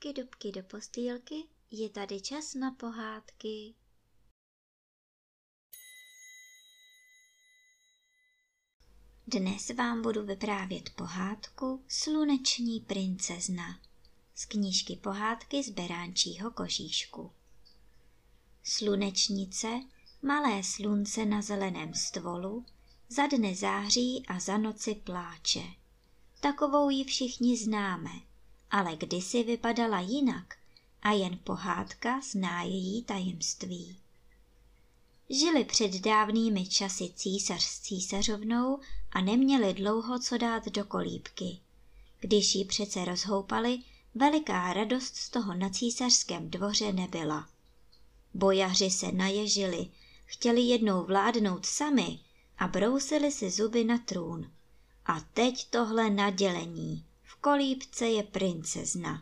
dubky do postýlky, je tady čas na pohádky. Dnes vám budu vyprávět pohádku Sluneční princezna z knížky Pohádky z beránčího kožíšku. Slunečnice, malé slunce na zeleném stvolu, za dne září a za noci pláče. Takovou ji všichni známe, ale kdysi vypadala jinak a jen pohádka zná její tajemství. Žili před dávnými časy císař s císařovnou a neměli dlouho co dát do kolíbky. Když ji přece rozhoupali, veliká radost z toho na císařském dvoře nebyla. Bojaři se naježili, chtěli jednou vládnout sami a brousili si zuby na trůn. A teď tohle nadělení. V kolíbce je princezna.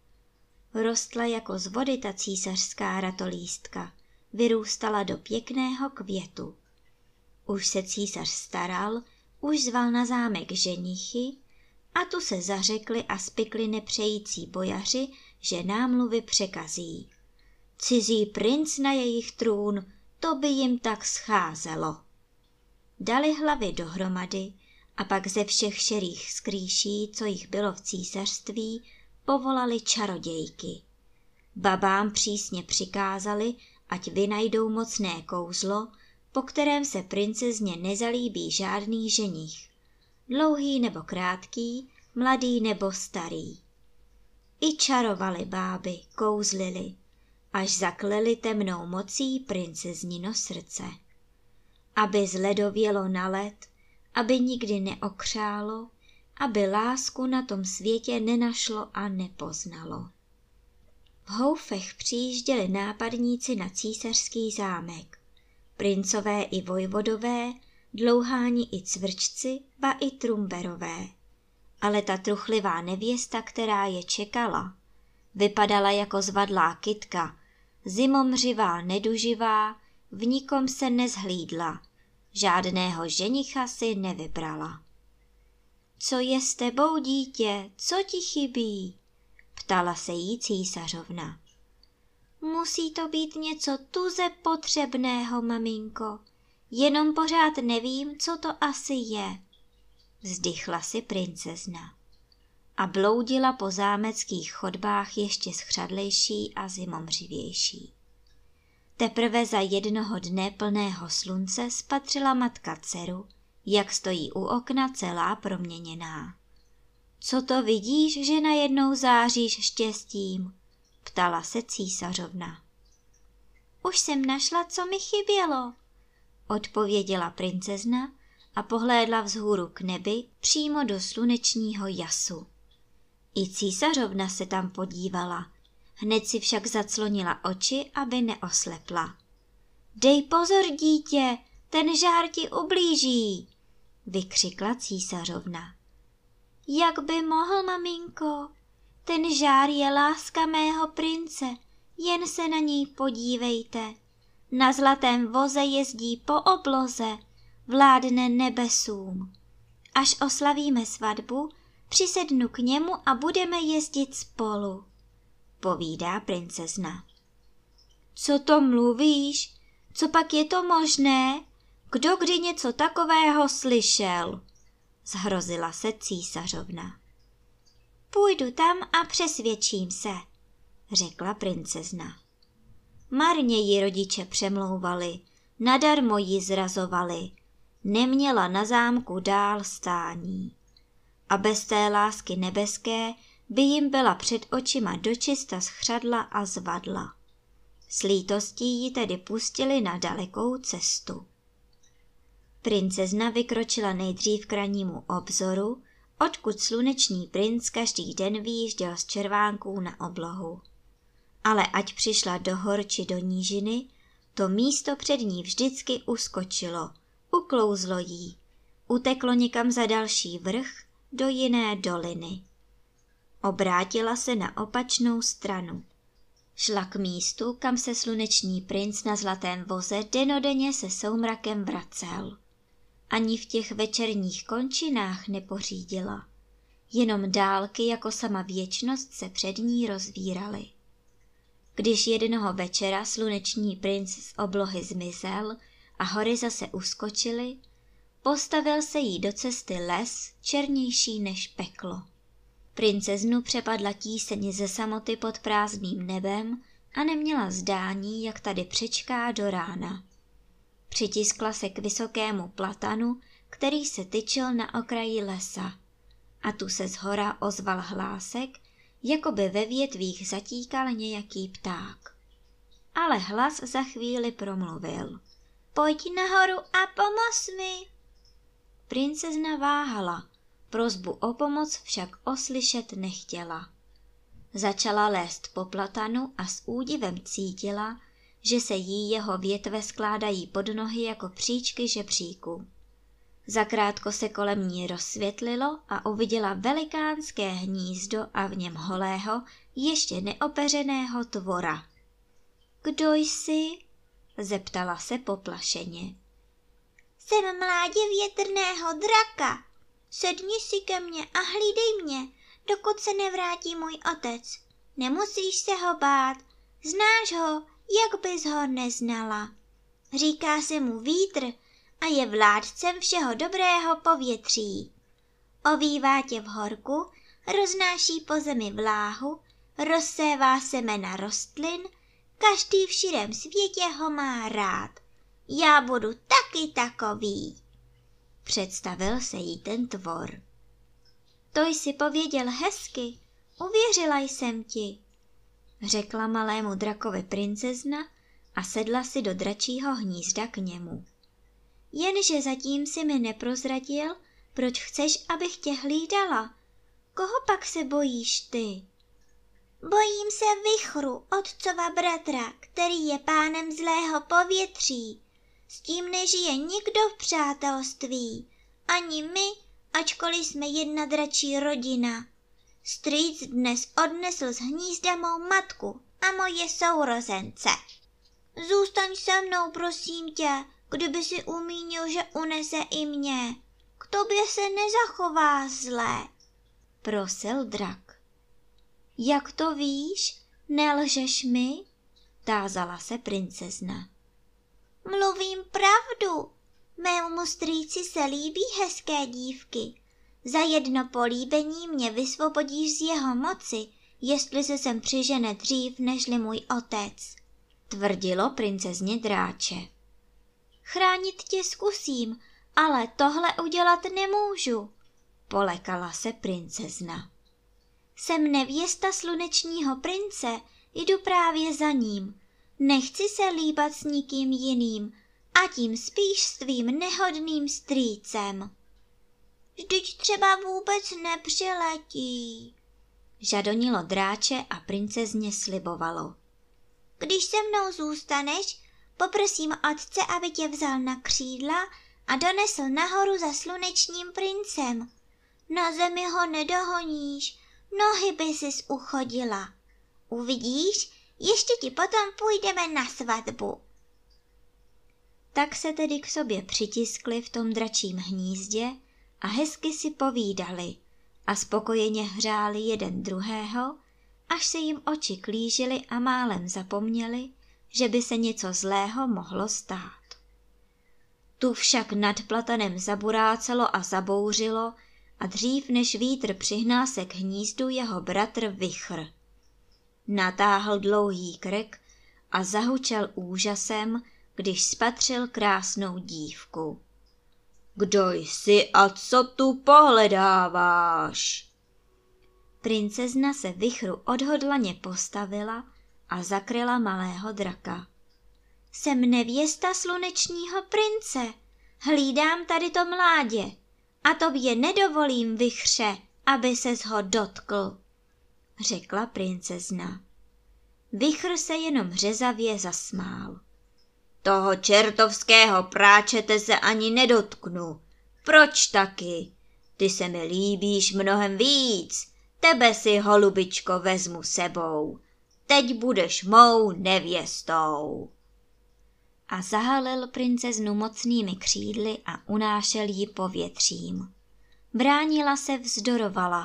Rostla jako z vody ta císařská ratolístka, vyrůstala do pěkného květu. Už se císař staral, už zval na zámek ženichy a tu se zařekli a spikli nepřející bojaři, že námluvy překazí. Cizí princ na jejich trůn, to by jim tak scházelo. Dali hlavy dohromady a pak ze všech šerých skrýší, co jich bylo v císařství, povolali čarodějky. Babám přísně přikázali, ať vynajdou mocné kouzlo, po kterém se princezně nezalíbí žádný ženich, dlouhý nebo krátký, mladý nebo starý. I čarovali báby, kouzlili, až zakleli temnou mocí princeznino srdce. Aby zledovělo na led, aby nikdy neokřálo, aby lásku na tom světě nenašlo a nepoznalo. V houfech přijížděli nápadníci na císařský zámek. Princové i vojvodové, dlouháni i cvrčci, ba i trumberové. Ale ta truchlivá nevěsta, která je čekala, vypadala jako zvadlá kytka, zimomřivá neduživá, v nikom se nezhlídla, žádného ženicha si nevybrala. Co je s tebou, dítě, co ti chybí? Ptala se jí císařovna. Musí to být něco tuze potřebného, maminko, jenom pořád nevím, co to asi je. Vzdychla si princezna a bloudila po zámeckých chodbách ještě schřadlejší a zimomřivější. Teprve za jednoho dne plného slunce spatřila matka dceru, jak stojí u okna celá proměněná. Co to vidíš, že najednou záříš štěstím? Ptala se císařovna. Už jsem našla, co mi chybělo, odpověděla princezna a pohlédla vzhůru k nebi přímo do slunečního jasu. I císařovna se tam podívala, hned si však zaclonila oči, aby neoslepla. Dej pozor, dítě, ten žár ti ublíží, vykřikla císařovna. Jak by mohl, maminko? Ten žár je láska mého prince, jen se na ní podívejte. Na zlatém voze jezdí po obloze, vládne nebesům. Až oslavíme svatbu, přisednu k němu a budeme jezdit spolu, povídá princezna. Co to mluvíš? Co pak je to možné? Kdo kdy něco takového slyšel? Zhrozila se císařovna. Půjdu tam a přesvědčím se, řekla princezna. Marně ji rodiče přemlouvali, nadarmo ji zrazovali, neměla na zámku dál stání. A bez té lásky nebeské by jim byla před očima dočista schřadla a zvadla. S lítostí ji tedy pustili na dalekou cestu. Princezna vykročila nejdřív k rannímu obzoru, odkud sluneční princ každý den vyjížděl z červánků na oblohu. Ale ať přišla do hor či do nížiny, to místo před ní vždycky uskočilo, uklouzlo jí, uteklo někam za další vrch, do jiné doliny. Obrátila se na opačnou stranu. Šla k místu, kam se sluneční princ na zlatém voze denodenně se soumrakem vracel. Ani v těch večerních končinách nepořídila. jenom dálky jako sama věčnost se před ní rozvíraly. Když jednoho večera sluneční princ z oblohy zmizel a hory zase uskočily, postavil se jí do cesty les černější než peklo. Princeznu přepadla tíseň ze samoty pod prázdným nebem a neměla zdání, jak tady přečká do rána. Přitiskla se k vysokému platanu, který se tyčil na okraji lesa, a tu se zhora ozval hlásek, jako by ve větvích zatíkal nějaký pták. Ale hlas za chvíli promluvil. Pojď nahoru a pomoz mi. Princezna váhala, prosbu o pomoc však oslyšet nechtěla. Začala lézt po platanu a s údivem cítila, že se jí jeho větve skládají pod nohy jako příčky žebříku. Zakrátko se kolem ní rozsvětlilo a uviděla velikánské hnízdo a v něm holého, ještě neopeřeného tvora. Kdo jsi? Zeptala se poplašeně. Jsem mládě větrného draka. Sedni si ke mně a hlídej mě, dokud se nevrátí můj otec. Nemusíš se ho bát, znáš ho, jak bys ho neznala. Říká se mu vítr a je vládcem všeho dobrého povětří. Ovívá tě v horku, roznáší po zemi vláhu, rozsévá semena rostlin, každý v širém světě ho má rád. Já budu taky takový. Představil se jí ten tvor. To jsi pověděl hezky, uvěřila jsem ti, řekla malému drakovi princezna a sedla si do dračího hnízda k němu. Jenže zatím si mi neprozradil, proč chceš, abych tě hlídala. Koho pak se bojíš ty? Bojím se Vichru, otcova bratra, který je pánem zlého povětří. S tím nežije nikdo v přátelství, ani my, ačkoliv jsme jedna dračí rodina. Strýc dnes odnesl z hnízda mou matku a moje sourozence. Zůstaň se mnou, prosím tě, kdyby si umínil, že unese i mě. K tobě se nezachová zlé, prosil drak. Jak to víš, nelžeš mi? Tázala se princezna. Mluvím pravdu. Mému strýci se líbí hezké dívky. Za jedno políbení mě vysvobodíš z jeho moci, jestli se sem přižene dřív, nežli můj otec, tvrdilo princezně dráče. Chránit tě zkusím, ale tohle udělat nemůžu, polekala se princezna. Jsem nevěsta slunečního prince, jdu právě za ním. Nechci se líbat s nikým jiným, a tím spíš s tvým nehodným strýcem. Vždyť třeba vůbec nepřiletí, žadonilo dráče a princezně slibovalo. Když se mnou zůstaneš, poprosím otce, aby tě vzal na křídla a donesl nahoru za slunečním princem. Na zemi ho nedohoníš, nohy by sis uchodila. Uvidíš, ještě ti potom půjdeme na svatbu. Tak se tedy k sobě přitiskli v tom dračím hnízdě a hezky si povídali a spokojeně hřáli jeden druhého, až se jim oči klížily a málem zapomněli, že by se něco zlého mohlo stát. Tu však nad platanem zaburácelo a zabouřilo a dřív než vítr přihnal se k hnízdu jeho bratr Vichr. Natáhl dlouhý krk a zahučel úžasem, když spatřil krásnou dívku. Kdo jsi a co tu pohledáváš? Princezna se Vichru odhodlaně postavila a zakryla malého draka. Jsem nevěsta slunečního prince, hlídám tady to mládě a tobě nedovolím, Vichře, aby ses ho dotkl, řekla princezna. Vichr se jenom řezavě zasmál. Toho čertovského práčete se ani nedotknu. Proč taky? Ty se mi líbíš mnohem víc. Tebe si, holubičko, vezmu sebou. Teď budeš mou nevěstou. A zahalil princeznu mocnými křídly a unášel ji povětřím. Bránila se, vzdorovala,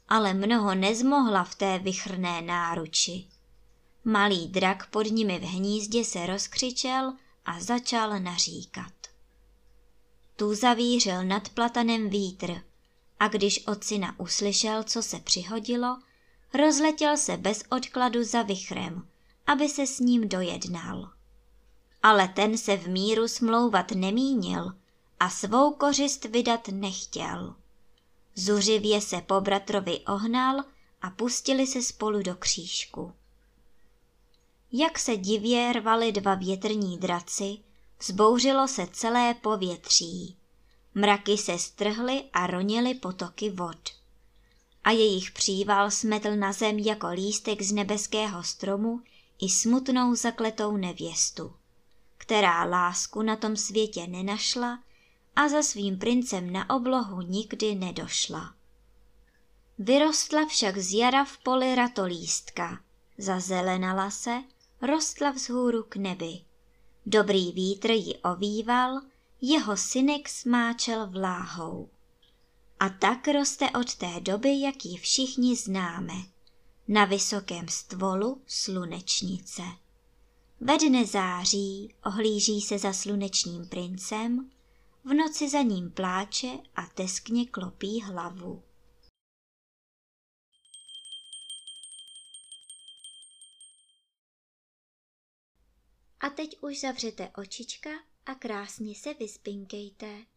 ale mnoho nezmohla v té vichrné náruči. Malý drak pod nimi v hnízdě se rozkřičel a začal naříkat. Tu zavířil nad platanem vítr a když od syna uslyšel, co se přihodilo, rozletěl se bez odkladu za vichrem, aby se s ním dojednal. Ale ten se v míru smlouvat nemínil a svou kořist vydat nechtěl. Zuřivě se po bratrovi ohnal a pustili se spolu do křížku. Jak se divě rvali dva větrní draci, vzbouřilo se celé povětří. Mraky se strhly a ronily potoky vod. A jejich příval smetl na zem jako lístek z nebeského stromu i smutnou zakletou nevěstu, která lásku na tom světě nenašla a za svým princem na oblohu nikdy nedošla. Vyrostla však z jara v poli ratolístka, zazelenala se, rostla vzhůru k nebi. Dobrý vítr ji ovýval, jeho synek smáčel vláhou. A tak roste od té doby, jak ji všichni známe, na vysokém stvolu slunečnice. Ve dne září ohlíží se za slunečním princem, v noci za ním pláče a teskně klopí hlavu. A teď už zavřete očička a krásně se vyspinkejte.